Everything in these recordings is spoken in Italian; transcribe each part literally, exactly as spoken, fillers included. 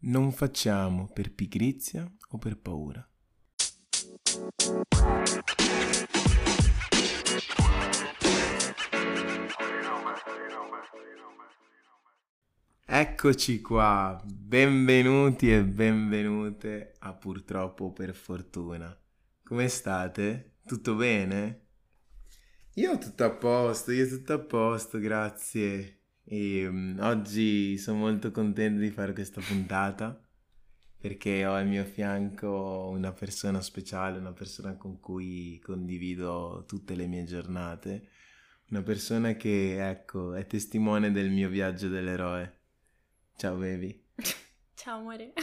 Non facciamo per pigrizia o per paura. Eccoci qua, benvenuti e benvenute a Purtroppo o per fortuna. Come state? Tutto bene? Io tutto a posto, io tutto a posto, grazie. E mm, oggi sono molto contento di fare questa puntata perché ho al mio fianco una persona speciale, una persona con cui condivido tutte le mie giornate, una persona che, ecco, è testimone del mio viaggio dell'eroe. Ciao baby. Ciao amore.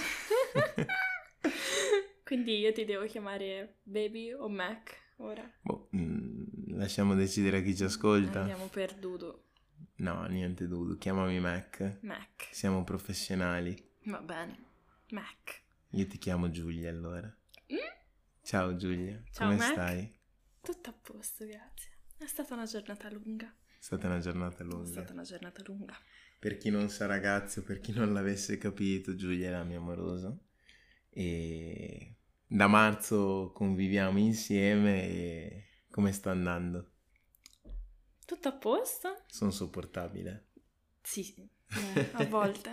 Quindi io ti devo chiamare Baby o Mac ora? Boh, mm, lasciamo decidere a chi ci ascolta. Andiamo per Dudu. No, niente dubbio, chiamami Mac. Mac. Siamo professionali. Va bene. Mac. Io ti chiamo Giulia allora. Mm? Ciao Giulia, Ciao, come Mac. stai? Tutto a posto, grazie. È stata una giornata lunga. È stata una giornata È lunga. stata una giornata lunga. Per chi non sa ragazzi o per chi non l'avesse capito, Giulia è la mia amorosa e da marzo conviviamo insieme e come sta andando? Tutto a posto? Sono sopportabile? Sì, sì. Eh, a volte.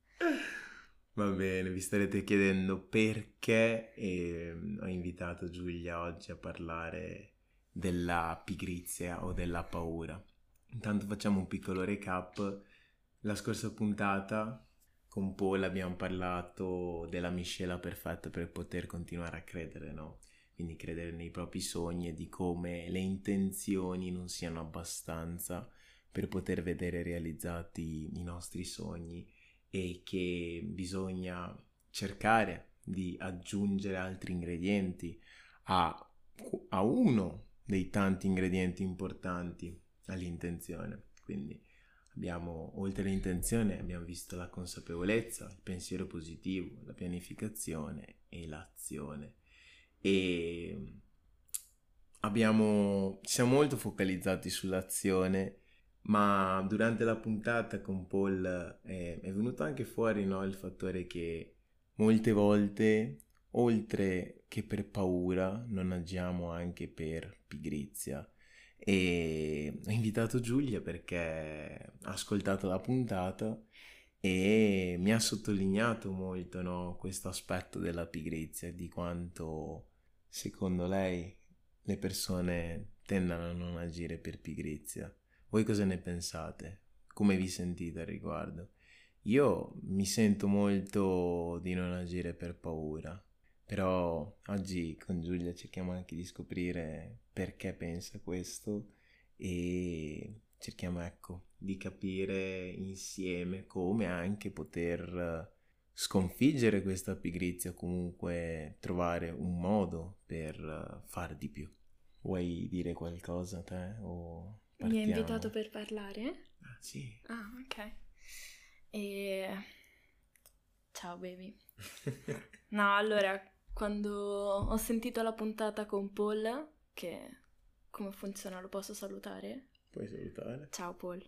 Va bene, vi starete chiedendo perché eh, ho invitato Giulia oggi a parlare della pigrizia o della paura. Intanto facciamo un piccolo recap. La scorsa puntata con Paul abbiamo parlato della miscela perfetta per poter continuare a credere, no? Quindi credere nei propri sogni e di come le intenzioni non siano abbastanza per poter vedere realizzati i nostri sogni e che bisogna cercare di aggiungere altri ingredienti a, a uno dei tanti ingredienti importanti all'intenzione. Quindi abbiamo, oltre all'intenzione, abbiamo visto la consapevolezza, il pensiero positivo, la pianificazione e l'azione. E abbiamo, siamo molto focalizzati sull'azione, ma durante la puntata con Paul è, è venuto anche fuori, no, il fattore che molte volte, oltre che per paura, non agiamo anche per pigrizia. E ho invitato Giulia perché ha ascoltato la puntata e mi ha sottolineato molto, no, questo aspetto della pigrizia, di quanto secondo lei le persone tendano a non agire per pigrizia. Voi cosa ne pensate? Come vi sentite al riguardo? Io mi sento molto di non agire per paura, però oggi con Giulia cerchiamo anche di scoprire perché pensa questo e cerchiamo, ecco, di capire insieme come anche poter sconfiggere questa pigrizia o comunque trovare un modo per far di più. Vuoi dire qualcosa a te o partiamo? Mi hai invitato per parlare? Ah, sì. Ah, ok. E... Ciao baby. No, allora, quando ho sentito la puntata con Paul, che come funziona, lo posso salutare? Puoi salutare. Ciao Paul.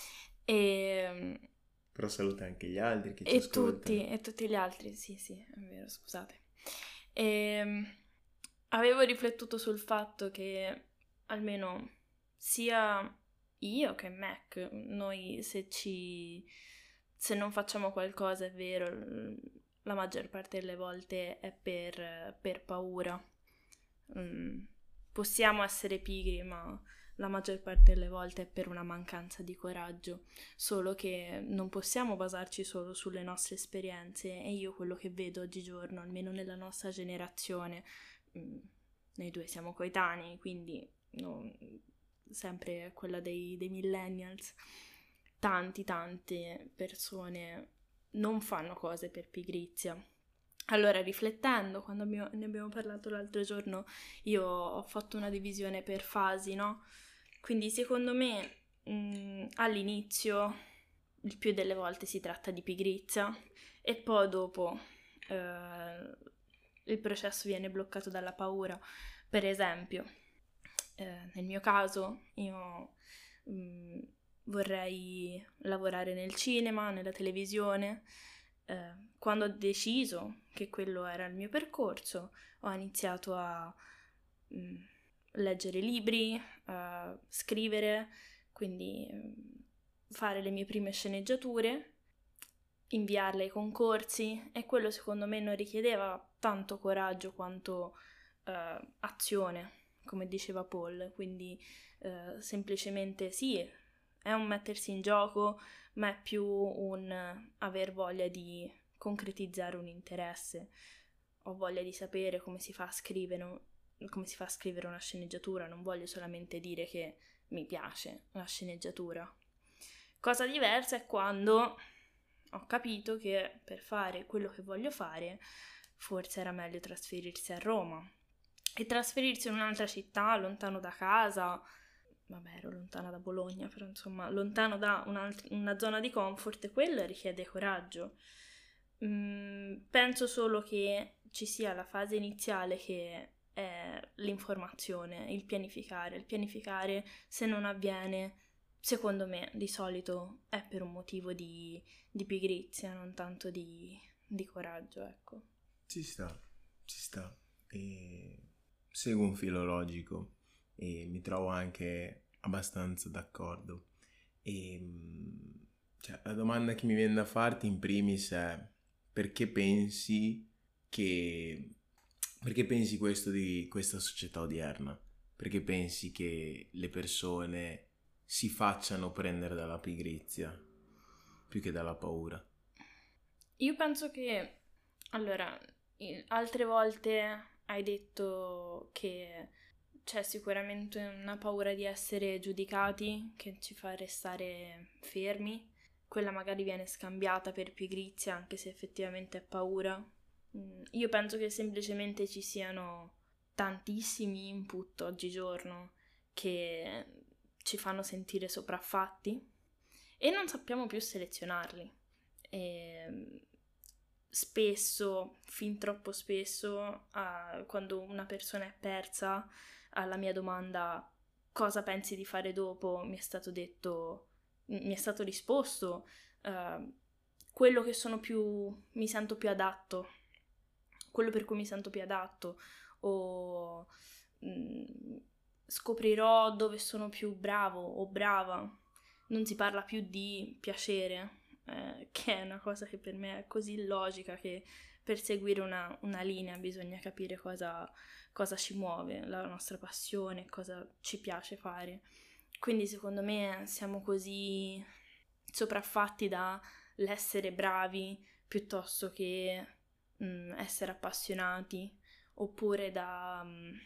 E... Però saluta anche gli altri che ci E ascoltano. tutti, e tutti gli altri, sì, sì, è vero, scusate. E... Avevo riflettuto sul fatto che almeno sia io che Mac, noi se ci... se non facciamo qualcosa, è vero, la maggior parte delle volte è per, per paura. Mm, possiamo essere pigri, ma la maggior parte delle volte è per una mancanza di coraggio, solo che non possiamo basarci solo sulle nostre esperienze e io quello che vedo oggigiorno, almeno nella nostra generazione, mm, noi due siamo coetanei, quindi non, sempre quella dei, dei millennials, tanti tante persone non fanno cose per pigrizia. Allora, riflettendo, quando abbiamo, ne abbiamo parlato l'altro giorno, io ho fatto una divisione per fasi, no? Quindi secondo me mh, all'inizio il più delle volte si tratta di pigrizia e poi dopo eh, il processo viene bloccato dalla paura. Per esempio, eh, nel mio caso io mh, vorrei lavorare nel cinema, nella televisione, eh, quando ho deciso che quello era il mio percorso, ho iniziato a mh, leggere libri, a scrivere, quindi mh, fare le mie prime sceneggiature, inviarle ai concorsi, e quello secondo me non richiedeva tanto coraggio quanto eh, azione, come diceva Paul, quindi eh, semplicemente sì, è un mettersi in gioco, ma è più un aver voglia di concretizzare un interesse. Ho voglia di sapere come si fa a scrivere, come si fa a scrivere una sceneggiatura, non voglio solamente dire che mi piace la sceneggiatura. Cosa diversa è quando ho capito che per fare quello che voglio fare forse era meglio trasferirsi a Roma e trasferirsi in un'altra città, lontano da casa. Vabbè, ero lontana da Bologna, però insomma, lontano da una zona di comfort, e quello richiede coraggio. Mm, penso solo che ci sia la fase iniziale che è l'informazione, il pianificare. Il pianificare, se non avviene, secondo me, di solito è per un motivo di, di pigrizia, non tanto di, di coraggio, ecco. Ci sta, ci sta. E seguo un filo logico e mi trovo anche abbastanza d'accordo. E cioè, la domanda che mi viene da farti in primis è: perché pensi che perché pensi questo di questa società odierna? Perché pensi che le persone si facciano prendere dalla pigrizia più che dalla paura? Io penso che, allora, altre volte hai detto che c'è sicuramente una paura di essere giudicati che ci fa restare fermi. Quella magari viene scambiata per pigrizia, anche se effettivamente è paura. Io penso che semplicemente ci siano tantissimi input oggigiorno che ci fanno sentire sopraffatti e non sappiamo più selezionarli. E spesso, fin troppo spesso, uh, quando una persona è persa, alla mia domanda cosa pensi di fare dopo, mi è stato detto, mi è stato risposto uh, quello che sono più, mi sento più adatto, quello per cui mi sento più adatto, o mh, scoprirò dove sono più bravo o brava. Non si parla più di piacere, eh, che è una cosa che per me è così logica, che per seguire una, una linea bisogna capire cosa, cosa ci muove, la nostra passione, cosa ci piace fare. Quindi secondo me siamo così sopraffatti dall'essere bravi piuttosto che mh, essere appassionati, oppure da... Mh,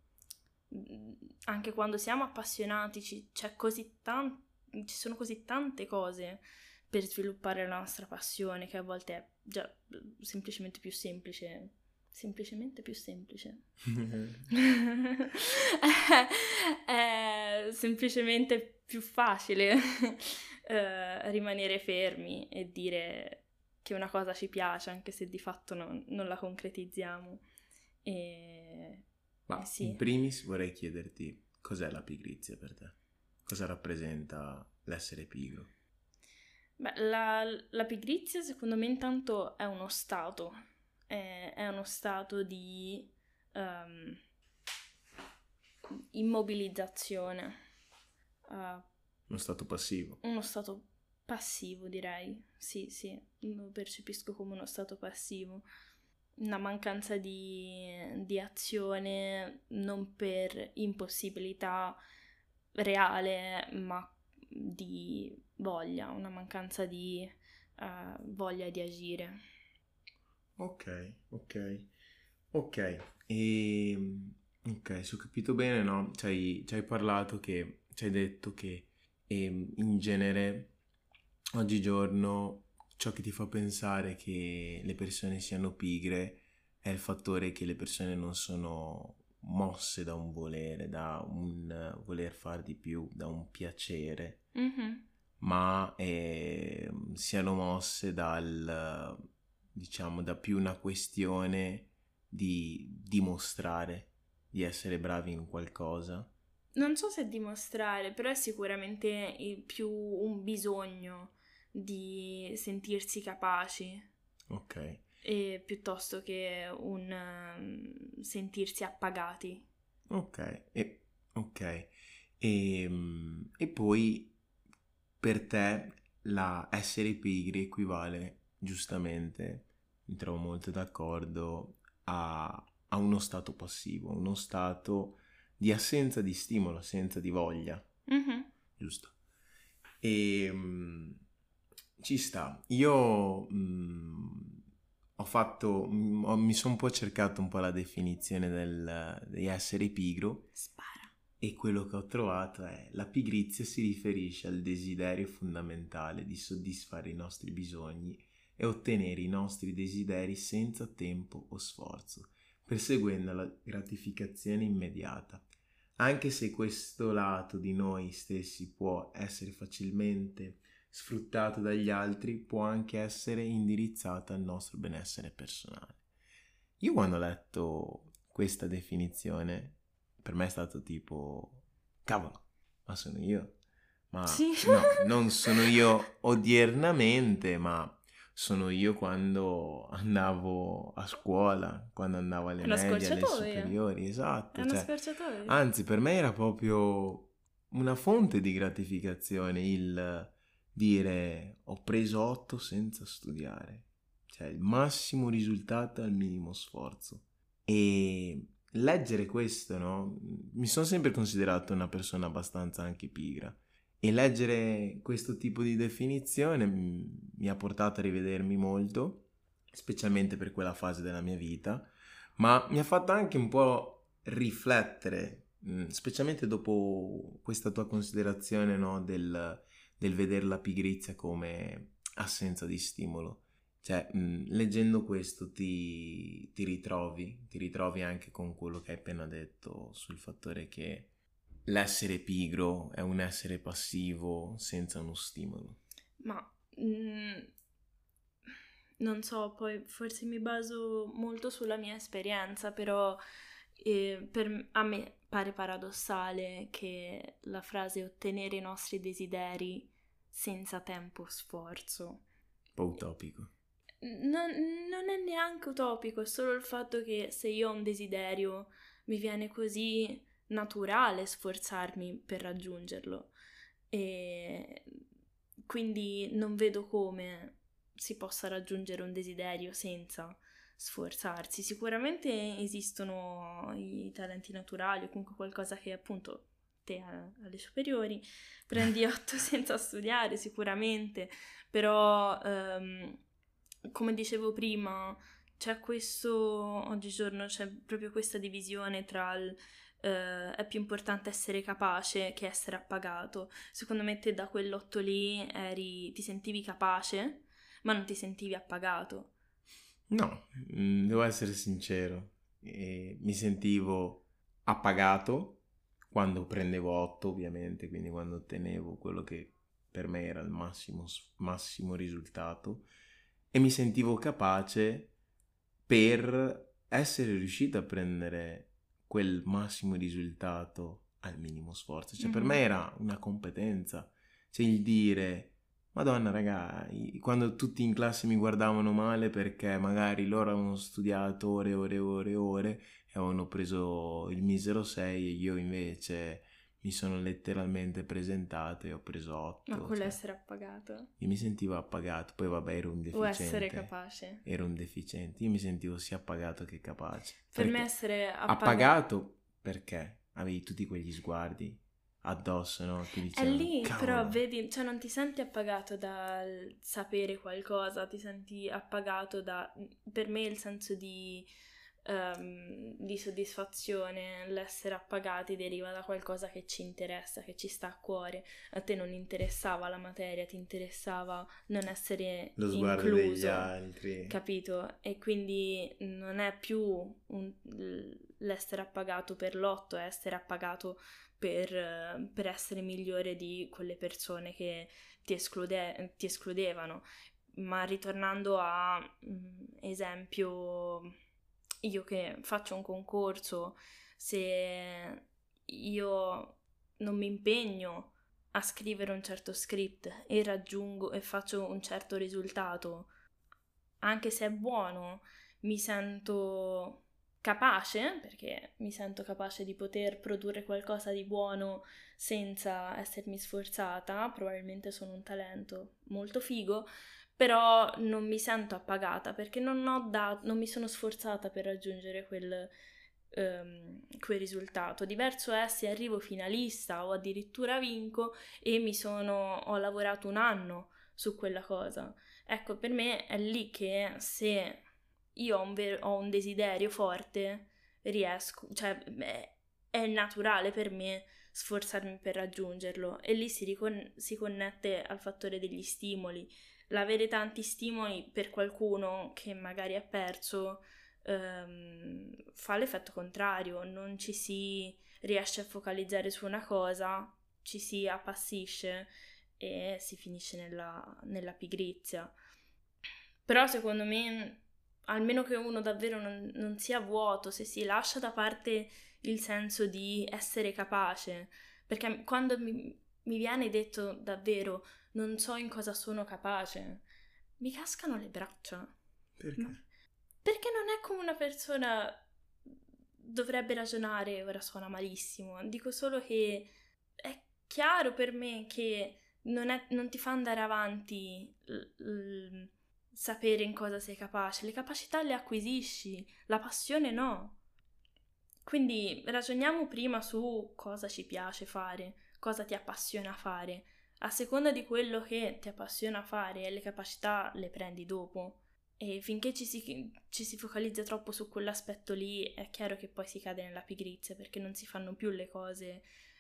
anche quando siamo appassionati ci, c'è così tanto, ci sono così tante cose per sviluppare la nostra passione che a volte è già semplicemente più semplice, semplicemente più semplice. È semplicemente più facile eh, rimanere fermi e dire che una cosa ci piace, anche se di fatto non, non la concretizziamo. E... Ma eh sì. In primis vorrei chiederti cos'è la pigrizia per te? Cosa rappresenta l'essere pigro? Beh, la, la pigrizia secondo me intanto è uno stato, è, è uno stato di um, immobilizzazione. Uh, uno stato passivo? Uno stato passivo, direi, sì, sì, lo percepisco come uno stato passivo. Una mancanza di, di azione non per impossibilità reale, ma di voglia, una mancanza di uh, voglia di agire. Ok, ok, ok, e ok, se ho capito bene, no? Ci hai, ci hai parlato che, ci hai detto che ehm, in genere oggigiorno ciò che ti fa pensare che le persone siano pigre è il fattore che le persone non sono mosse da un volere, da un voler far di più, da un piacere, Mm-hmm. ma eh, siano mosse dal, diciamo, da più una questione di dimostrare di essere bravi in qualcosa. Non so se dimostrare, però è sicuramente più un bisogno di sentirsi capaci. Ok. E piuttosto che un um, sentirsi appagati. Ok, e, ok. E, mm, e poi per te la essere pigri equivale giustamente, mi trovo molto d'accordo, a, a uno stato passivo, uno stato di assenza di stimolo, assenza di voglia, Mhm. giusto? E mm, ci sta. Io mm, ho fatto, mm, ho- mi sono un po' cercato un po' la definizione del, di essere pigro Spara. e quello che ho trovato è la pigrizia si riferisce al desiderio fondamentale di soddisfare i nostri bisogni e ottenere i nostri desideri senza tempo o sforzo, perseguendo la gratificazione immediata. Anche se questo lato di noi stessi può essere facilmente sfruttato dagli altri, può anche essere indirizzato al nostro benessere personale. Io quando ho letto questa definizione, per me è stato tipo, cavolo, ma sono io. Ma Sì. no, non sono io odiernamente, ma sono io quando andavo a scuola, quando andavo alle È una medie, alle scorciatoia. superiori, È esatto, una cioè, scorciatoia. anzi, per me era proprio una fonte di gratificazione il dire ho preso otto senza studiare, cioè il massimo risultato al minimo sforzo. E leggere questo, no? Mi sono sempre considerato una persona abbastanza anche pigra e leggere questo tipo di definizione mm, mi ha portato a rivedermi molto, specialmente per quella fase della mia vita, ma mi ha fatto anche un po' riflettere, mm, specialmente dopo questa tua considerazione, no, del, del vedere la pigrizia come assenza di stimolo. Cioè, mh, leggendo questo ti, ti ritrovi, ti ritrovi anche con quello che hai appena detto sul fattore che l'essere pigro è un essere passivo senza uno stimolo. Ma mm, non so, poi forse mi baso molto sulla mia esperienza, però eh, per, a me pare paradossale che la frase ottenere i nostri desideri senza tempo o sforzo Un po' utopico. non, non è neanche utopico, è solo il fatto che se io ho un desiderio mi viene così naturale sforzarmi per raggiungerlo e quindi non vedo come si possa raggiungere un desiderio senza sforzarsi. Sicuramente esistono i talenti naturali o comunque qualcosa che appunto te a- alle superiori prendi otto senza studiare sicuramente, però ehm, come dicevo prima c'è questo, oggigiorno c'è proprio questa divisione tra il eh, è più importante essere capace che essere appagato. Secondo me te da quell'otto lì eri, ti sentivi capace, ma non ti sentivi appagato. No, mh, devo essere sincero, e mi sentivo appagato quando prendevo otto, ovviamente, quindi quando ottenevo quello che per me era il massimo, massimo risultato, e mi sentivo capace per essere riuscito a prendere quel massimo risultato al minimo sforzo. Cioè, per Mhm. me era una competenza, cioè il dire Madonna, raga, i- quando tutti in classe mi guardavano male perché magari loro avevano studiato ore e ore e ore e ore e avevano preso il misero sei e io invece mi sono letteralmente presentato e ho preso Ma otto, quello è cioè essere appagato io mi sentivo appagato, poi vabbè ero un o essere deficiente, capace. ero un deficiente, io mi sentivo sia appagato che capace, Per me perché essere appagato appagato perché avevi tutti quegli sguardi addosso, no? Che è dicevano, lì, però cavolo. vedi, cioè non ti senti appagato dal sapere qualcosa, ti senti appagato da, per me il senso di, ehm, di soddisfazione, l'essere appagati deriva da qualcosa che ci interessa, che ci sta a cuore. A te non interessava la materia, ti interessava non essere Lo sguardo degli incluso, altri. capito? E quindi non è più un- l'essere appagato per l'otto, è essere appagato per, eh, per essere migliore di quelle persone che ti, esclude- ti escludevano. Ma ritornando a mm, esempio, io che faccio un concorso, se io non mi impegno a scrivere un certo script e raggiungo e faccio un certo risultato, anche se è buono, mi sento capace, perché mi sento capace di poter produrre qualcosa di buono senza essermi sforzata, probabilmente sono un talento molto figo, però non mi sento appagata perché non ho da- non mi sono sforzata per raggiungere quel, ehm, quel risultato. Diverso è se arrivo finalista o addirittura vinco e mi sono, ho lavorato un anno su quella cosa. Ecco, per me è lì che se io ho un, ver- ho un desiderio forte, riesco, cioè è, è naturale per me sforzarmi per raggiungerlo e lì si, ricon- si connette al fattore degli stimoli. L'avere tanti stimoli per qualcuno che magari ha perso ehm, fa l'effetto contrario, non ci si riesce a focalizzare su una cosa, ci si appassisce e si finisce nella, nella pigrizia. Però secondo me, almeno che uno davvero non, non sia vuoto, se si lascia da parte il senso di essere capace, perché quando mi, mi viene detto davvero non so in cosa sono capace, mi cascano le braccia. Perché? Perché non è come una persona dovrebbe ragionare, ora suona malissimo, dico solo che è chiaro per me che non, è- non ti fa andare avanti l- l- sapere in cosa sei capace, le capacità le acquisisci, la passione no. Quindi ragioniamo prima su cosa ci piace fare, cosa ti appassiona fare. A seconda di quello che ti appassiona fare, le capacità le prendi dopo. E finché ci si, ci si focalizza troppo su quell'aspetto lì, è chiaro che poi si cade nella pigrizia, perché non si fanno più le cose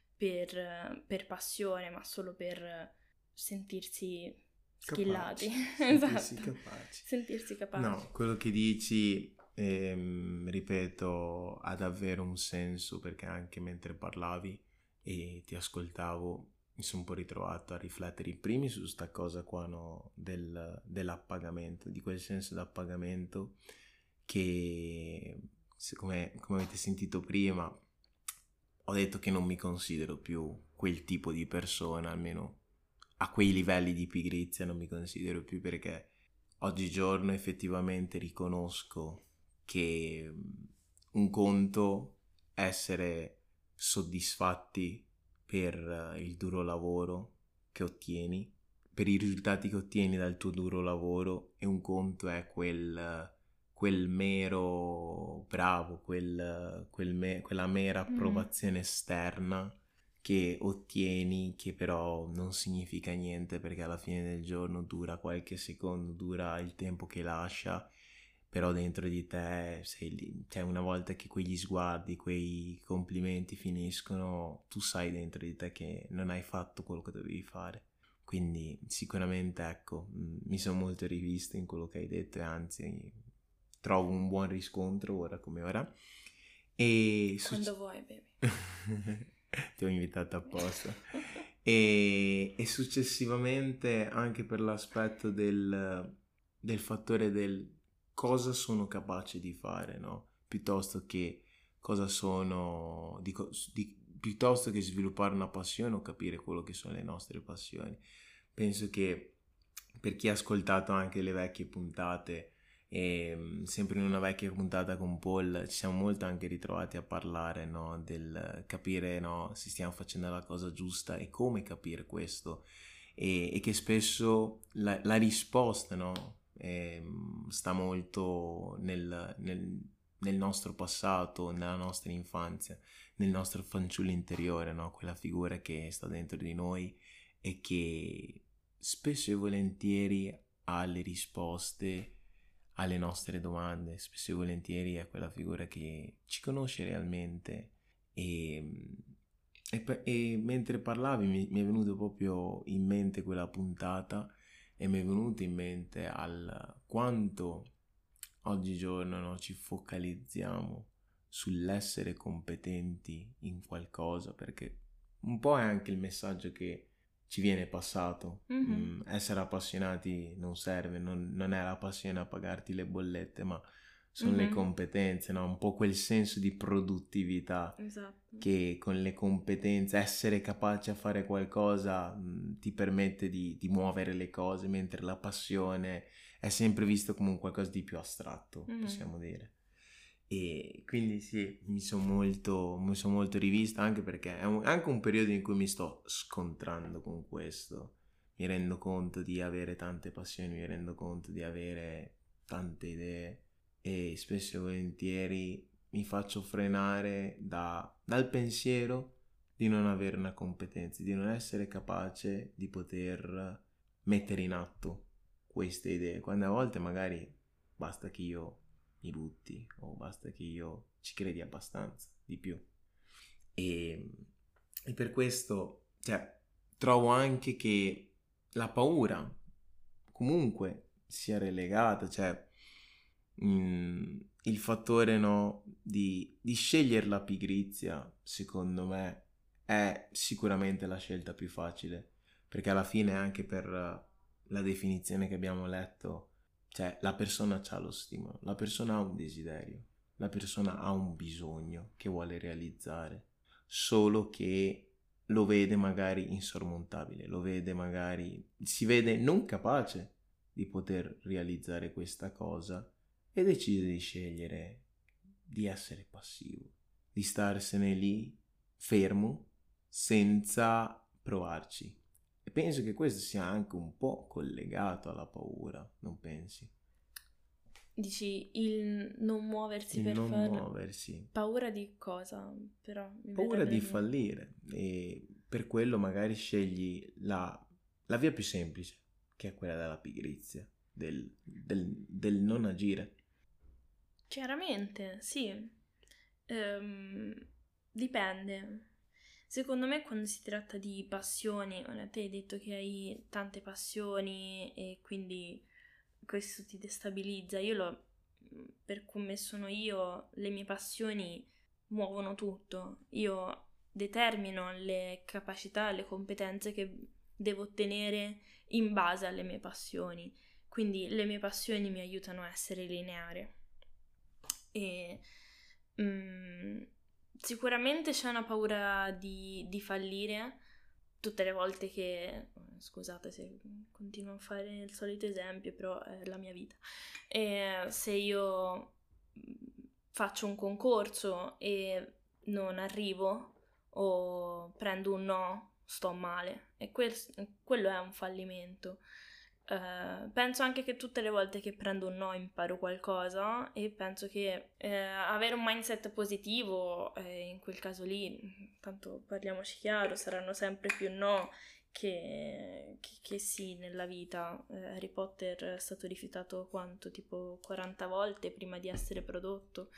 per, per passione, ma solo per sentirsi schillati. Capaci, sentirsi Esatto, capaci. sentirsi capaci. No, quello che dici, ehm, ripeto, ha davvero un senso, perché anche mentre parlavi e ti ascoltavo mi sono un po' ritrovato a riflettere in primis su sta cosa qua, no, del, dell'appagamento, di quel senso d'appagamento che, se- come, come avete sentito prima, ho detto che non mi considero più quel tipo di persona, almeno a quei livelli di pigrizia non mi considero più, perché oggigiorno effettivamente riconosco che mm, un conto è essere soddisfatti per eh, il duro lavoro che ottieni, per i risultati che ottieni dal tuo duro lavoro, e un conto è quel, quel mero bravo, quel, quel me- quella mera Mm. approvazione esterna che ottieni, che però non significa niente, perché alla fine del giorno dura qualche secondo, dura il tempo che lascia, però dentro di te sei lì, cioè una volta che quegli sguardi, quei complimenti finiscono, tu sai dentro di te che non hai fatto quello che dovevi fare. Quindi sicuramente, ecco, mh, mi sono molto rivisto in quello che hai detto, e anzi trovo un buon riscontro ora come ora. E su- Quando vuoi, baby. ti ho invitato apposta. E, e successivamente anche per l'aspetto del, del fattore del cosa sono capace di fare, no? Piuttosto che cosa sono, di, co- di- piuttosto che sviluppare una passione o capire quello che sono le nostre passioni. Penso che per chi ha ascoltato anche le vecchie puntate, e sempre in una vecchia puntata con Paul, ci siamo molto anche ritrovati a parlare, no, del capire, no, se stiamo facendo la cosa giusta e come capire questo, e, e che spesso la, la risposta, no, ehm, sta molto nel, nel, nel nostro passato, nella nostra infanzia, nel nostro fanciullo interiore, no, quella figura che sta dentro di noi e che spesso e volentieri ha le risposte alle nostre domande, spesso e volentieri è quella figura che ci conosce realmente. E, e, pe- e mentre parlavi mi, mi è venuto proprio in mente quella puntata, e mi è venuto in mente al quanto oggigiorno, no, ci focalizziamo sull'essere competenti in qualcosa, perché un po' è anche il messaggio che ci viene passato. Mhm. Mm, essere appassionati non serve, non, non è la passione a pagarti le bollette, ma sono le Mhm. competenze, no? Un po' quel senso di produttività Esatto. che con le competenze, essere capace a fare qualcosa, mh, ti permette di, di muovere le cose, mentre la passione è sempre visto come un qualcosa di più astratto, Mhm. possiamo dire. E quindi sì, mi sono molto, mi son molto rivista, anche perché è un- anche un periodo in cui mi sto scontrando con questo. Mi rendo conto di avere tante passioni, mi rendo conto di avere tante idee e spesso e volentieri mi faccio frenare da- dal pensiero di non avere una competenza, di non essere capace di poter mettere in atto queste idee, quando a volte magari basta che io mi butti o basta che io ci credi abbastanza di più. E, e per questo, cioè, trovo anche che la paura comunque sia relegata, cioè mm, il fattore no, di, di scegliere la pigrizia, secondo me, è sicuramente la scelta più facile, perché alla fine anche per la definizione che abbiamo letto, cioè la persona ha lo stimolo, la persona ha un desiderio, la persona ha un bisogno che vuole realizzare, solo che lo vede magari insormontabile, lo vede magari, si vede non capace di poter realizzare questa cosa e decide di scegliere di essere passivo, di starsene lì fermo senza provarci. E penso che questo sia anche un po' collegato alla paura, non pensi? Dici il non muoversi Il per non far... muoversi, Paura di cosa? Però mi paura verrebbe da di dire. fallire e per quello magari scegli la, la via più semplice, che è quella della pigrizia, del, del, del non agire. Chiaramente, sì. Ehm, dipende. Secondo me quando si tratta di passioni, ora te hai detto che hai tante passioni e quindi questo ti destabilizza. Io lo, per come sono io, le mie passioni muovono tutto. Io determino le capacità, le competenze che devo ottenere in base alle mie passioni. Quindi le mie passioni mi aiutano a essere lineare. E mm, sicuramente c'è una paura di, di fallire tutte le volte che, scusate se continuo a fare il solito esempio, però è la mia vita. E se io faccio un concorso e non arrivo o prendo un no, sto male e quel- quello è un fallimento. Eh, penso anche che tutte le volte che prendo un no imparo qualcosa e penso che eh, avere un mindset positivo, eh, in quel caso lì, tanto parliamoci chiaro, saranno sempre più no che, che, che sì nella vita. Eh, Harry Potter è stato rifiutato quanto? Tipo quaranta volte prima di essere prodotto.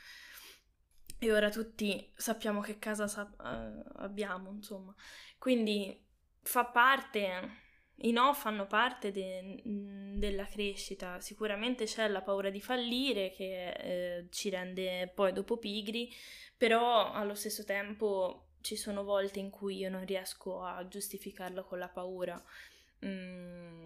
E ora tutti sappiamo che casa sa- eh, abbiamo, insomma. Quindi fa parte, i no fanno parte de- della crescita. Sicuramente c'è la paura di fallire che eh, ci rende poi dopo pigri, però allo stesso tempo ci sono volte in cui io non riesco a giustificarlo con la paura. Mm,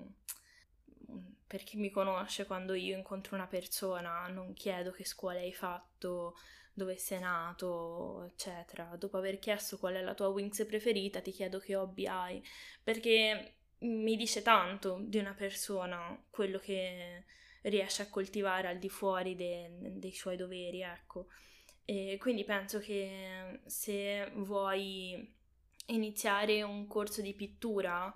per chi mi conosce, quando io incontro una persona, non chiedo che scuola hai fatto, dove sei nato, eccetera. Dopo aver chiesto qual è la tua Wings preferita, ti chiedo che hobby hai, perché mi dice tanto di una persona quello che riesce a coltivare al di fuori de- dei suoi doveri, ecco. E quindi penso che se vuoi iniziare un corso di pittura,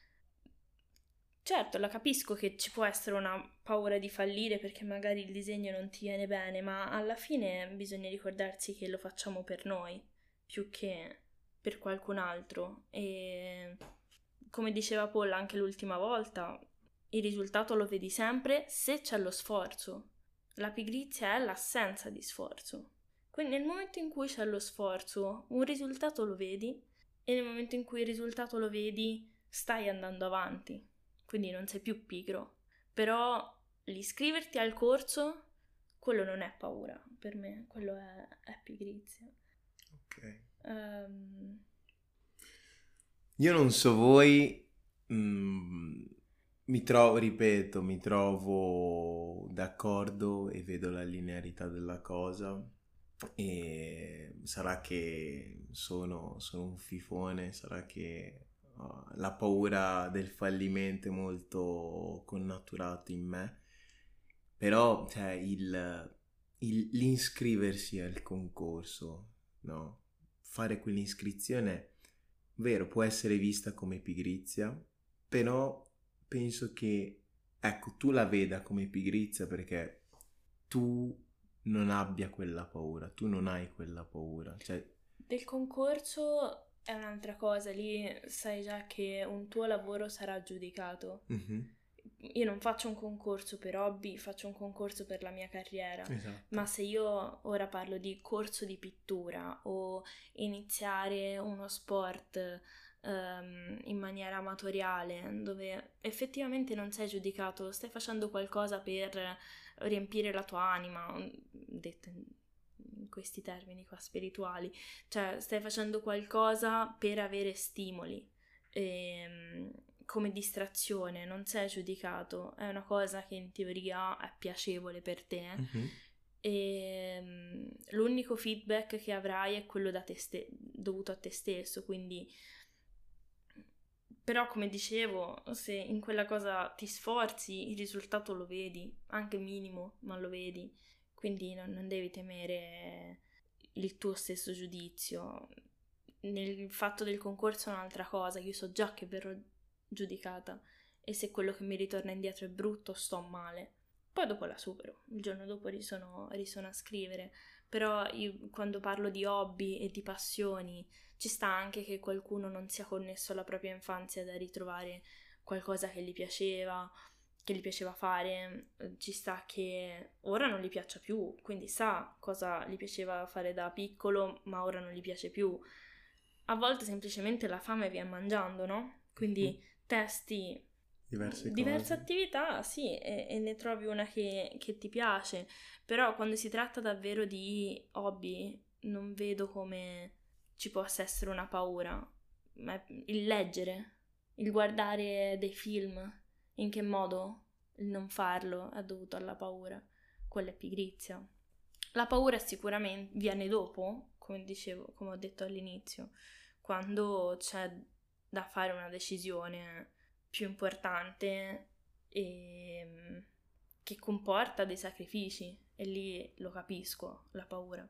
certo, la capisco che ci può essere una paura di fallire perché magari il disegno non ti viene bene, ma alla fine bisogna ricordarsi che lo facciamo per noi più che per qualcun altro. E come diceva Paul anche l'ultima volta, il risultato lo vedi sempre se c'è lo sforzo. La pigrizia è l'assenza di sforzo. Quindi nel momento in cui c'è lo sforzo, un risultato lo vedi e nel momento in cui il risultato lo vedi, stai andando avanti, quindi non sei più pigro. Però l'iscriverti al corso, quello non è paura per me, quello è, è pigrizia. Ok. Um, Io non so voi, mm, mi trovo, ripeto, mi trovo d'accordo e vedo la linearità della cosa e sarà che sono, sono un fifone, sarà che uh, la paura del fallimento è molto connaturata in me, Però, cioè, il, il- l'iscriversi al concorso, no? Fare quell'iscrizione, vero, può essere vista come pigrizia, però penso che, ecco, tu la veda come pigrizia perché tu non abbia quella paura, tu non hai quella paura, cioè, Del concorso è un'altra cosa, lì sai già che un tuo lavoro sarà giudicato. mhm, Io non faccio un concorso per hobby, faccio un concorso per la mia carriera, esatto. ma se io ora parlo di corso di pittura o iniziare uno sport ehm, in maniera amatoriale, dove effettivamente non sei giudicato, stai facendo qualcosa per riempire la tua anima, detto in in questi termini qua spirituali, cioè stai facendo qualcosa per avere stimoli. Ehm, come distrazione, non sei giudicato, è una cosa che in teoria è piacevole per te Mhm. e mm, l'unico feedback che avrai è quello da te ste- dovuto a te stesso, quindi però come dicevo, se in quella cosa ti sforzi, il risultato lo vedi, anche minimo, ma lo vedi, quindi non, non devi temere il tuo stesso giudizio. Nel fatto del concorso è un'altra cosa, io so già che verrò giudicata e se quello che mi ritorna indietro è brutto sto male. Poi dopo la supero, il giorno dopo risono, risono a scrivere, però io quando parlo di hobby e di passioni ci sta anche che qualcuno non sia connesso alla propria infanzia da ritrovare qualcosa che gli piaceva, che gli piaceva fare, ci sta che ora non gli piaccia più, quindi sa cosa gli piaceva fare da piccolo, ma ora non gli piace più. A volte semplicemente la fame viene mangiando, no? Mhm. Quindi testi Diverse diverse cose. attività, sì, e, e ne trovi una che, che ti piace, però quando si tratta davvero di hobby non vedo come ci possa essere una paura. Ma il leggere, il guardare dei film, in che modo il non farlo è dovuto alla paura? Quella è pigrizia. La paura sicuramente viene dopo, come dicevo, come ho detto all'inizio, quando c'è da fare una decisione più importante e che comporta dei sacrifici e lì lo capisco, la paura.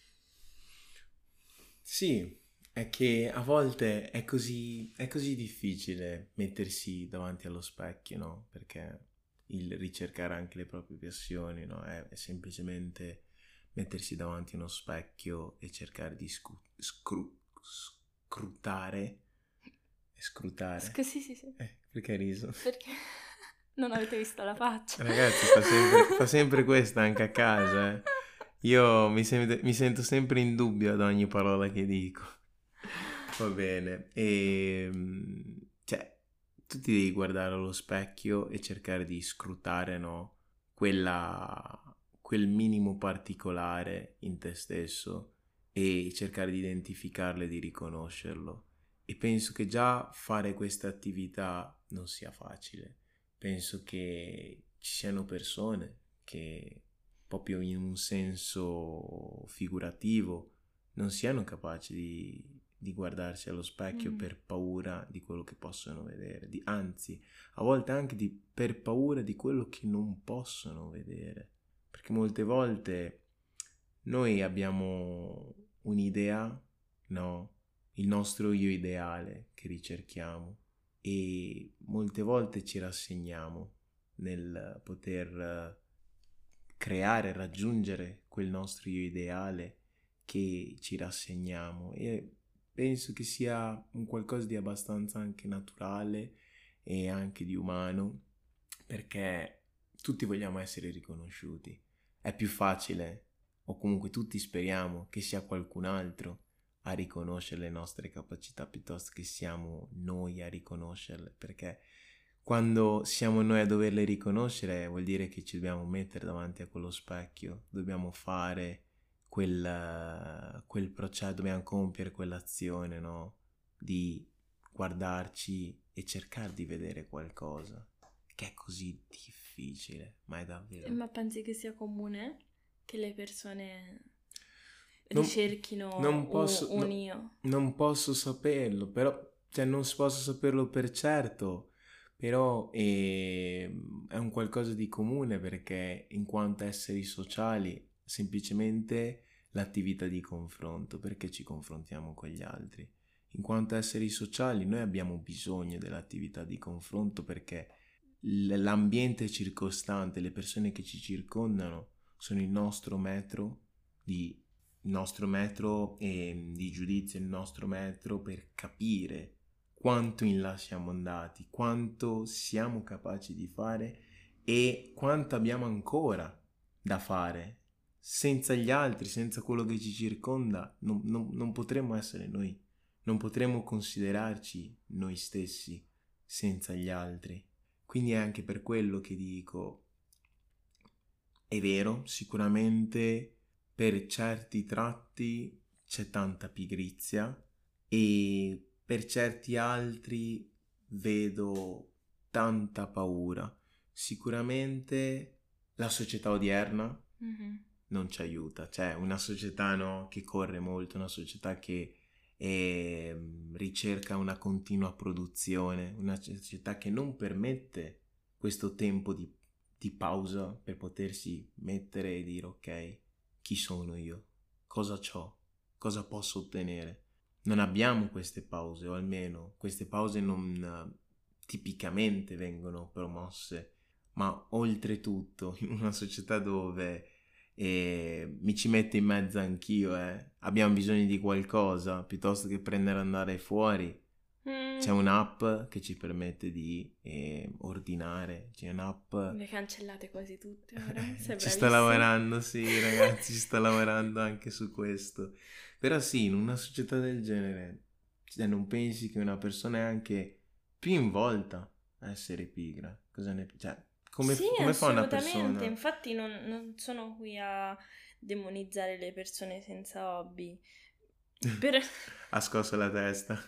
Sì, è che a volte è così, è così difficile mettersi davanti allo specchio, no? Perché il ricercare anche le proprie passioni, no? È, è semplicemente mettersi davanti a uno specchio e cercare di scu- scru- scrutare e scrutare. Scusi, sì, sì, Eh, perché hai riso? perché non avete visto la faccia. Ragazzi, fa sempre, fa sempre questa anche a casa, eh. Io mi, sem- mi sento sempre in dubbio ad ogni parola che dico. Va bene. E, cioè, tu ti devi guardare allo specchio e cercare di scrutare, no? Quella, quel minimo particolare in te stesso e cercare di identificarlo e di riconoscerlo. E penso che già fare questa attività non sia facile. Penso che ci siano persone che proprio in un senso figurativo non siano capaci di, di guardarsi allo specchio Mm. per paura di quello che possono vedere, di, anzi, a volte anche di, per paura di quello che non possono vedere. Perché molte volte noi abbiamo un'idea, no? Il nostro io ideale che ricerchiamo e molte volte ci rassegniamo nel poter eh, creare, raggiungere quel nostro io ideale che ci rassegniamo e penso che sia un qualcosa di abbastanza anche naturale e anche di umano perché tutti vogliamo essere riconosciuti. È più facile, o comunque tutti speriamo che sia qualcun altro a riconoscere le nostre capacità piuttosto che siamo noi a riconoscerle, perché quando siamo noi a doverle riconoscere vuol dire che ci dobbiamo mettere davanti a quello specchio, dobbiamo fare quel, quel processo, dobbiamo compiere quell'azione, no? Di guardarci e cercare di vedere qualcosa, che è così difficile, ma è davvero... Ma pensi che sia comune che le persone Non, ricerchino non u- posso, un no- io? non posso saperlo, però, cioè non posso saperlo per certo, Però è, è un qualcosa di comune perché in quanto esseri sociali, semplicemente l'attività di confronto, perché ci confrontiamo con gli altri. In quanto esseri sociali noi abbiamo bisogno dell'attività di confronto perché l- l'ambiente circostante, le persone che ci circondano sono il nostro metro di, il nostro metro eh, di giudizio, il nostro metro per capire quanto in là siamo andati, quanto siamo capaci di fare e quanto abbiamo ancora da fare. Senza gli altri, senza quello che ci circonda, non, non, non potremmo essere noi, non potremmo considerarci noi stessi senza gli altri. Quindi è anche per quello che dico, è vero, sicuramente per certi tratti c'è tanta pigrizia e per certi altri vedo tanta paura. Sicuramente la società odierna Mm-hmm. non ci aiuta, cioè una società no, che corre molto, una società che eh, ricerca una continua produzione, una società che non permette questo tempo di, di pausa per potersi mettere e dire ok, chi sono io? Cosa c'ho? Cosa posso ottenere? Non abbiamo queste pause, o almeno queste pause non eh, tipicamente vengono promosse, ma oltretutto in una società dove e mi ci metto in mezzo anch'io, eh. Abbiamo bisogno di qualcosa, piuttosto che prendere e andare fuori. Mm. C'è un'app che ci permette di eh, ordinare, c'è un'app... Le cancellate quasi tutte ora, sei Ci sta bravissimo. lavorando, sì ragazzi, ci sta lavorando anche su questo. Però sì, in una società del genere, cioè, non pensi che una persona è anche più involta a essere pigra? Cosa ne... Cioè, come, Sì, come fa una assolutamente. persona... Infatti non, non sono qui a demonizzare le persone senza hobby. Per... ha scosso la testa.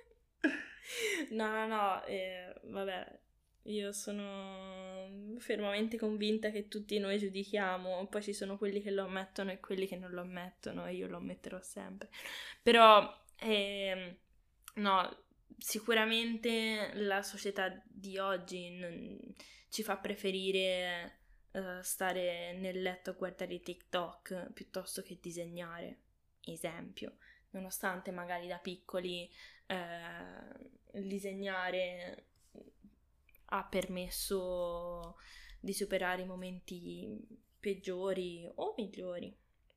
No, no, no, eh, vabbè, io sono fermamente convinta che tutti noi giudichiamo, poi ci sono quelli che lo ammettono e quelli che non lo ammettono, e io lo ammetterò sempre. Però, ehm, no, sicuramente la società di oggi non- ci fa preferire eh, stare nel letto a guardare TikTok piuttosto che disegnare, esempio, nonostante magari da piccoli eh, il disegnare ha permesso di superare i momenti peggiori o migliori.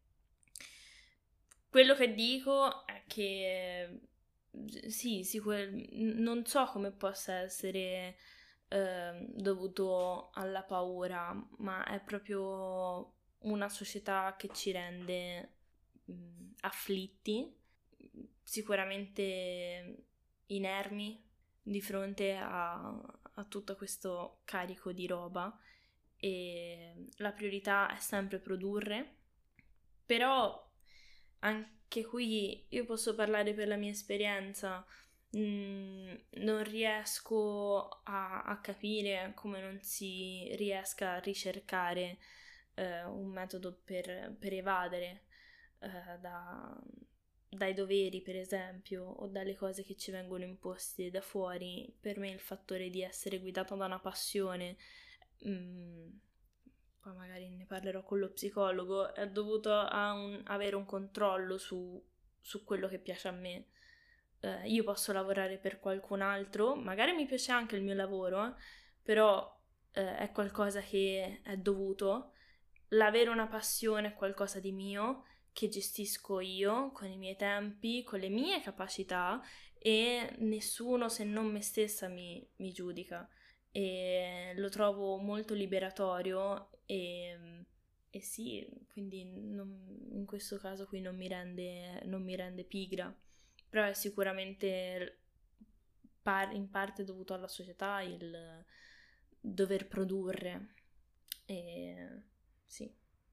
Quello che dico è che sì, sicur- non so come possa essere eh, dovuto alla paura, ma è proprio una società che ci rende mh, afflitti, sicuramente inermi di fronte a, a tutto questo carico di roba, e la priorità è sempre produrre, però anche qui io posso parlare per la mia esperienza. Mm, non riesco a, a capire come non si riesca a ricercare eh, un metodo per, per evadere eh, da, dai doveri, per esempio, o dalle cose che ci vengono imposte da fuori. Per me il fattore di essere guidato da una passione, mm, poi magari ne parlerò con lo psicologo, è dovuto a un, avere un controllo su, su quello che piace a me. Eh, io posso lavorare per qualcun altro, magari mi piace anche il mio lavoro, eh, però eh, è qualcosa che è dovuto. L'avere una passione è qualcosa di mio, che gestisco io, con i miei tempi, con le mie capacità, e nessuno se non me stessa mi, mi giudica. E lo trovo molto liberatorio e, e sì, quindi non- in questo caso qui non mi rende, non mi rende pigra, però è sicuramente par- in parte dovuto alla società il dover produrre. E sì.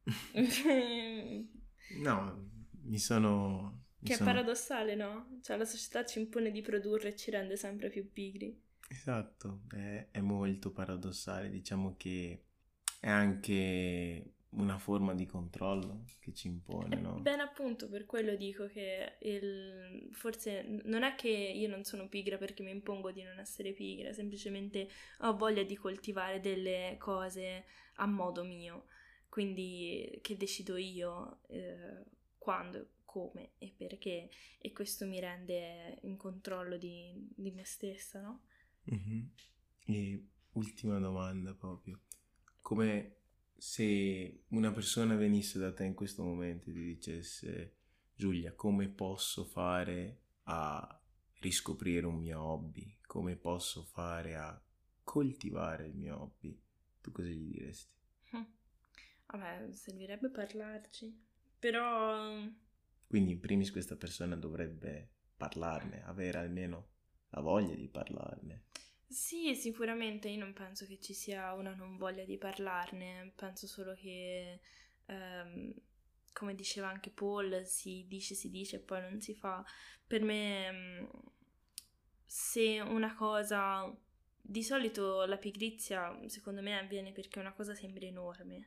No, mi sono... Mi Che è sono... paradossale, no? Cioè la società ci impone di produrre e ci rende sempre più pigri. Esatto, è, è molto paradossale, diciamo che è anche una forma di controllo che ci impone, no? Bene, appunto, per quello dico che il... forse non è che io non sono pigra perché mi impongo di non essere pigra, semplicemente ho voglia di coltivare delle cose a modo mio, quindi che decido io eh, quando, come e perché, e questo mi rende in controllo di, di me stessa, no? Mhm. E ultima domanda proprio, come se una persona venisse da te in questo momento e ti dicesse: Giulia, come posso fare a riscoprire un mio hobby? Come posso fare a coltivare il mio hobby? Tu cosa gli diresti? Hm. Vabbè, servirebbe parlarci, però Quindi in primis questa persona dovrebbe parlarne, avere almeno la voglia di parlarne. sì, sicuramente io non penso che ci sia una non voglia di parlarne, penso solo che, ehm, come diceva anche Paul, si dice, si dice e poi non si fa. Per me, mm, se una cosa... Di solito la pigrizia, secondo me, avviene perché una cosa sembra enorme.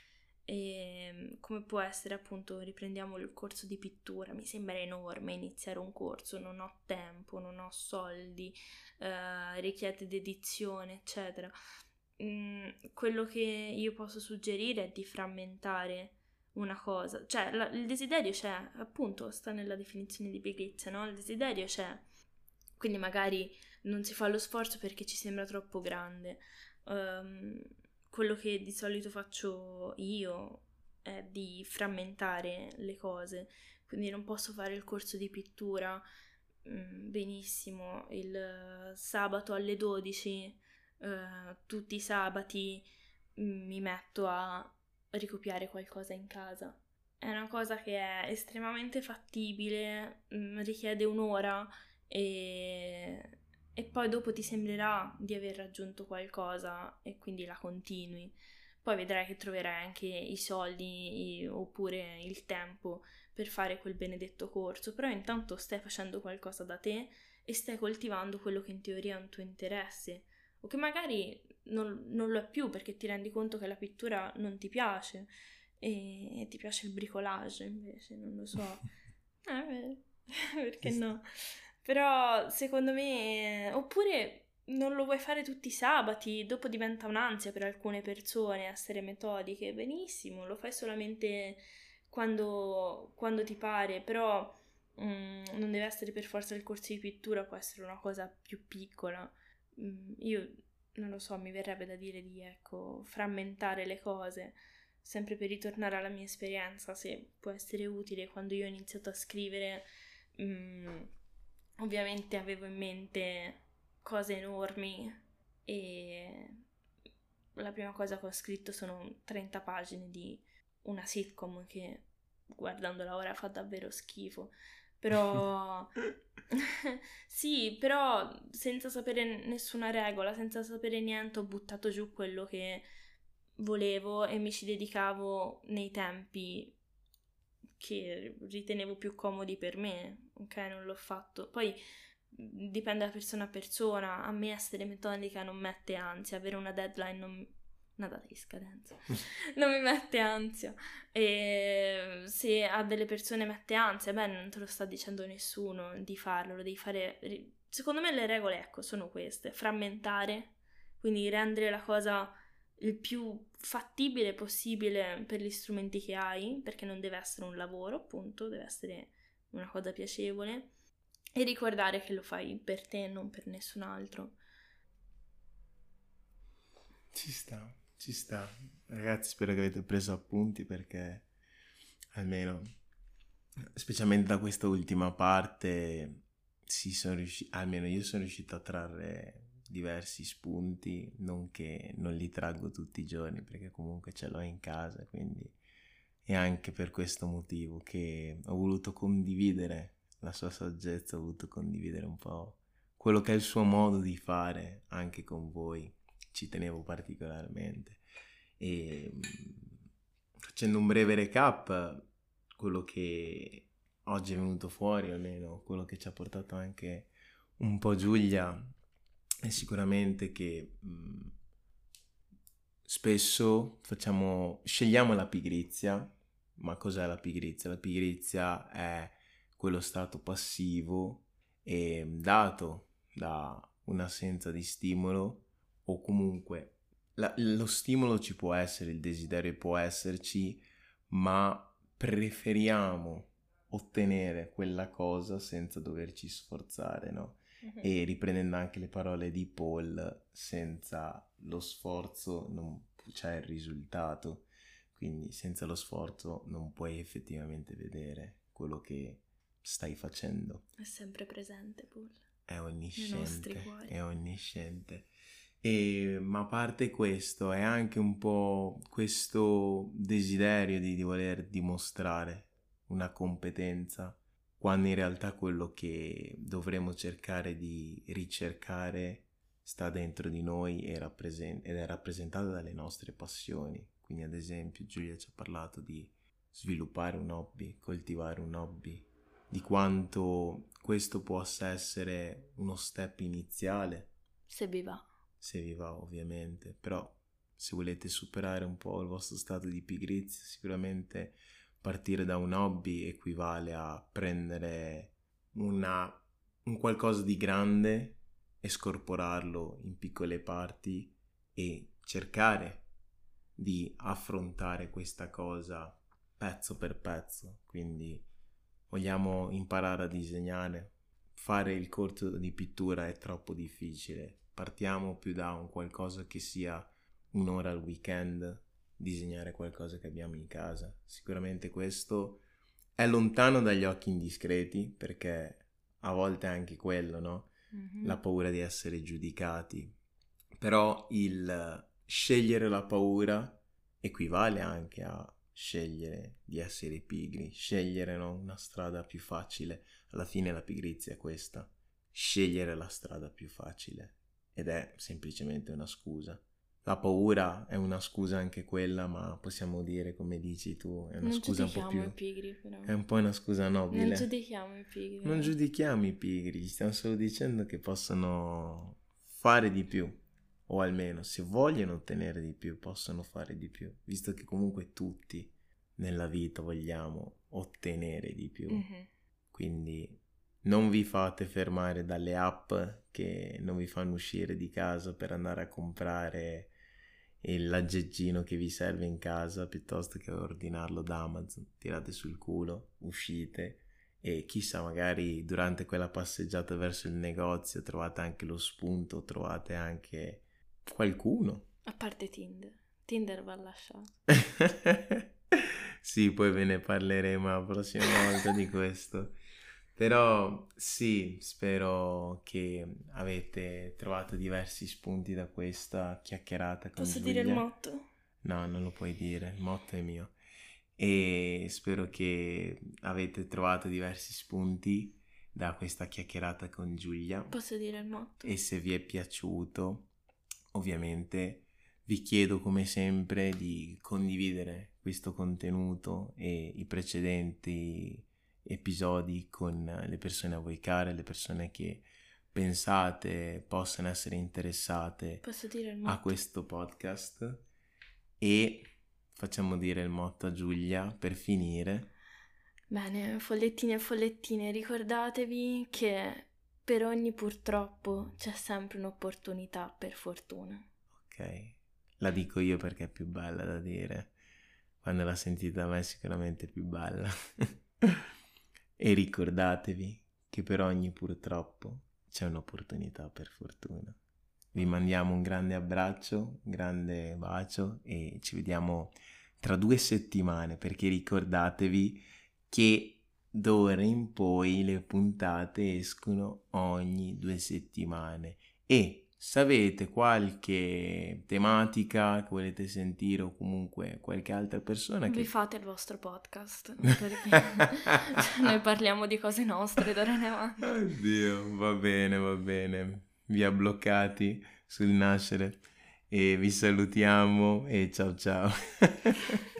E come può essere, appunto, riprendiamo il corso di pittura, mi sembra enorme iniziare un corso, non ho tempo, non ho soldi, eh, richiede dedizione, eccetera. Mm, quello che io posso suggerire è di frammentare una cosa, cioè la- il desiderio c'è, appunto, sta nella definizione di pigrizia, no? Il desiderio c'è, quindi magari non si fa lo sforzo perché ci sembra troppo grande. Ehm, quello che di solito faccio io è di frammentare le cose, quindi non posso fare il corso di pittura mm, benissimo il eh, sabato alle dodici, eh, tutti i sabati mm, mi metto a ricopiare qualcosa in casa. È una cosa che è estremamente fattibile, mm, richiede un'ora e, e poi dopo ti sembrerà di aver raggiunto qualcosa e quindi la continui. Poi vedrai che troverai anche i soldi i- oppure il tempo per fare quel benedetto corso, però intanto stai facendo qualcosa da te e stai coltivando quello che in teoria è un tuo interesse, o che magari non, non lo è più perché ti rendi conto che la pittura non ti piace e, e ti piace il bricolage invece, non lo so. Eh, beh, perché Ci sta. no? Però secondo me, oppure non lo vuoi fare tutti i sabati, dopo diventa un'ansia per alcune persone essere metodiche, benissimo, lo fai solamente quando, quando ti pare, però mm, non deve essere per forza il corso di pittura, può essere una cosa più piccola. Mm, io non lo so, mi verrebbe da dire di, ecco, frammentare le cose, sempre per ritornare alla mia esperienza, se può essere utile. Quando io ho iniziato a scrivere, mm, ovviamente avevo in mente cose enormi e la prima cosa che ho scritto sono trenta pagine di una sitcom che guardandola ora fa davvero schifo. Però sì, però senza sapere nessuna regola, senza sapere niente, ho buttato giù quello che volevo e mi ci dedicavo nei tempi che ritenevo più comodi per me, ok? Non l'ho fatto. Poi dipende da persona a persona. A me essere metodica non mette ansia, avere una deadline non... una data di scadenza non mi mette ansia. E se a delle persone mette ansia, beh, non te lo sta dicendo nessuno di farlo, lo devi fare. Secondo me le regole, ecco, sono queste: frammentare, quindi rendere la cosa il più fattibile possibile per gli strumenti che hai, perché non deve essere un lavoro, appunto, deve essere una cosa piacevole, e ricordare che lo fai per te e non per nessun altro. Ci sta, ci sta. Ragazzi, spero che avete preso appunti perché almeno, specialmente da questa ultima parte, si sono riusciti, almeno io sono riuscito a trarre diversi spunti, non che non li traggo tutti i giorni perché comunque ce l'ho in casa, quindi è anche per questo motivo che ho voluto condividere la sua saggezza, ho voluto condividere un po' quello che è il suo modo di fare anche con voi. Ci tenevo particolarmente. E facendo un breve recap, quello che oggi è venuto fuori, almeno quello che ci ha portato anche un po' Giulia, è sicuramente che mh, spesso facciamo, scegliamo la pigrizia, ma cos'è la pigrizia? La pigrizia è quello stato passivo e dato da un'assenza di stimolo, o comunque la, lo stimolo ci può essere, il desiderio può esserci, ma preferiamo ottenere quella cosa senza doverci sforzare, no? Mm-hmm. E riprendendo anche le parole di Paul, senza lo sforzo non c'è il risultato, quindi senza lo sforzo non puoi effettivamente vedere quello che stai facendo. È sempre presente, Paul. È onnisciente, è onnisciente. E, ma a parte questo, è anche un po' questo desiderio di, di voler dimostrare una competenza, quando in realtà quello che dovremmo cercare di ricercare sta dentro di noi e rappresent- ed è rappresentato dalle nostre passioni. Quindi ad esempio Giulia ci ha parlato di sviluppare un hobby, coltivare un hobby, di quanto questo possa essere uno step iniziale. Se vi va. Se vi va, ovviamente, però se volete superare un po' il vostro stato di pigrizia, sicuramente partire da un hobby equivale a prendere una, un qualcosa di grande e scorporarlo in piccole parti e cercare di affrontare questa cosa pezzo per pezzo. Quindi vogliamo imparare a disegnare, fare il corso di pittura è troppo difficile, partiamo più da un qualcosa che sia un'ora al weekend, disegnare qualcosa che abbiamo in casa. Sicuramente questo è lontano dagli occhi indiscreti, perché a volte è anche quello, no? Mm-hmm. La paura di essere giudicati. Però il scegliere la paura equivale anche a scegliere di essere pigri, scegliere, no, una strada più facile. Alla fine la pigrizia è questa, scegliere la strada più facile, ed è semplicemente una scusa. La paura è una scusa anche quella, ma possiamo dire, come dici tu, è una non scusa un po' più... i pigri, però. È un po' una scusa nobile. Non giudichiamo i pigri. Non no? giudichiamo i pigri, stiamo solo dicendo che possono fare di più, o almeno se vogliono ottenere di più possono fare di più, visto che comunque tutti nella vita vogliamo ottenere di più. Mm-hmm. Quindi non vi fate fermare dalle app che non vi fanno uscire di casa per andare a comprare l'aggeggino che vi serve in casa, piuttosto che ordinarlo da Amazon. Tirate sul culo, uscite e chissà, magari durante quella passeggiata verso il negozio trovate anche lo spunto, trovate anche qualcuno. A parte Tinder. Tinder va lasciato. Sì, poi ve ne parleremo la prossima volta di questo. Però sì, spero che avete trovato diversi spunti da questa chiacchierata con Posso Giulia. dire il motto? No, non lo puoi dire, il motto è mio. E spero che avete trovato diversi spunti da questa chiacchierata con Giulia. Posso dire il motto? E se vi è piaciuto, ovviamente vi chiedo come sempre di condividere questo contenuto e i precedenti episodi con le persone a voi care, le persone che pensate possano essere interessate Posso dire il motto? A questo podcast. E facciamo dire il motto a Giulia per finire. Bene, follettini e follettine, ricordatevi che per ogni purtroppo c'è sempre un'opportunità, per fortuna. Ok, la dico io perché è più bella da dire. Quando l'ha sentita da me è sicuramente più bella. E ricordatevi che per ogni purtroppo c'è un'opportunità, per fortuna. Vi mandiamo un grande abbraccio, un grande bacio e ci vediamo tra due settimane, perché ricordatevi che d'ora in poi le puntate escono ogni due settimane. E se avete qualche tematica che volete sentire o comunque qualche altra persona che... Vi fate il vostro podcast, perché noi parliamo di cose nostre d'ora in avanti. Oddio, va bene, va bene. Vi ha bloccati sul nascere e vi salutiamo e ciao ciao.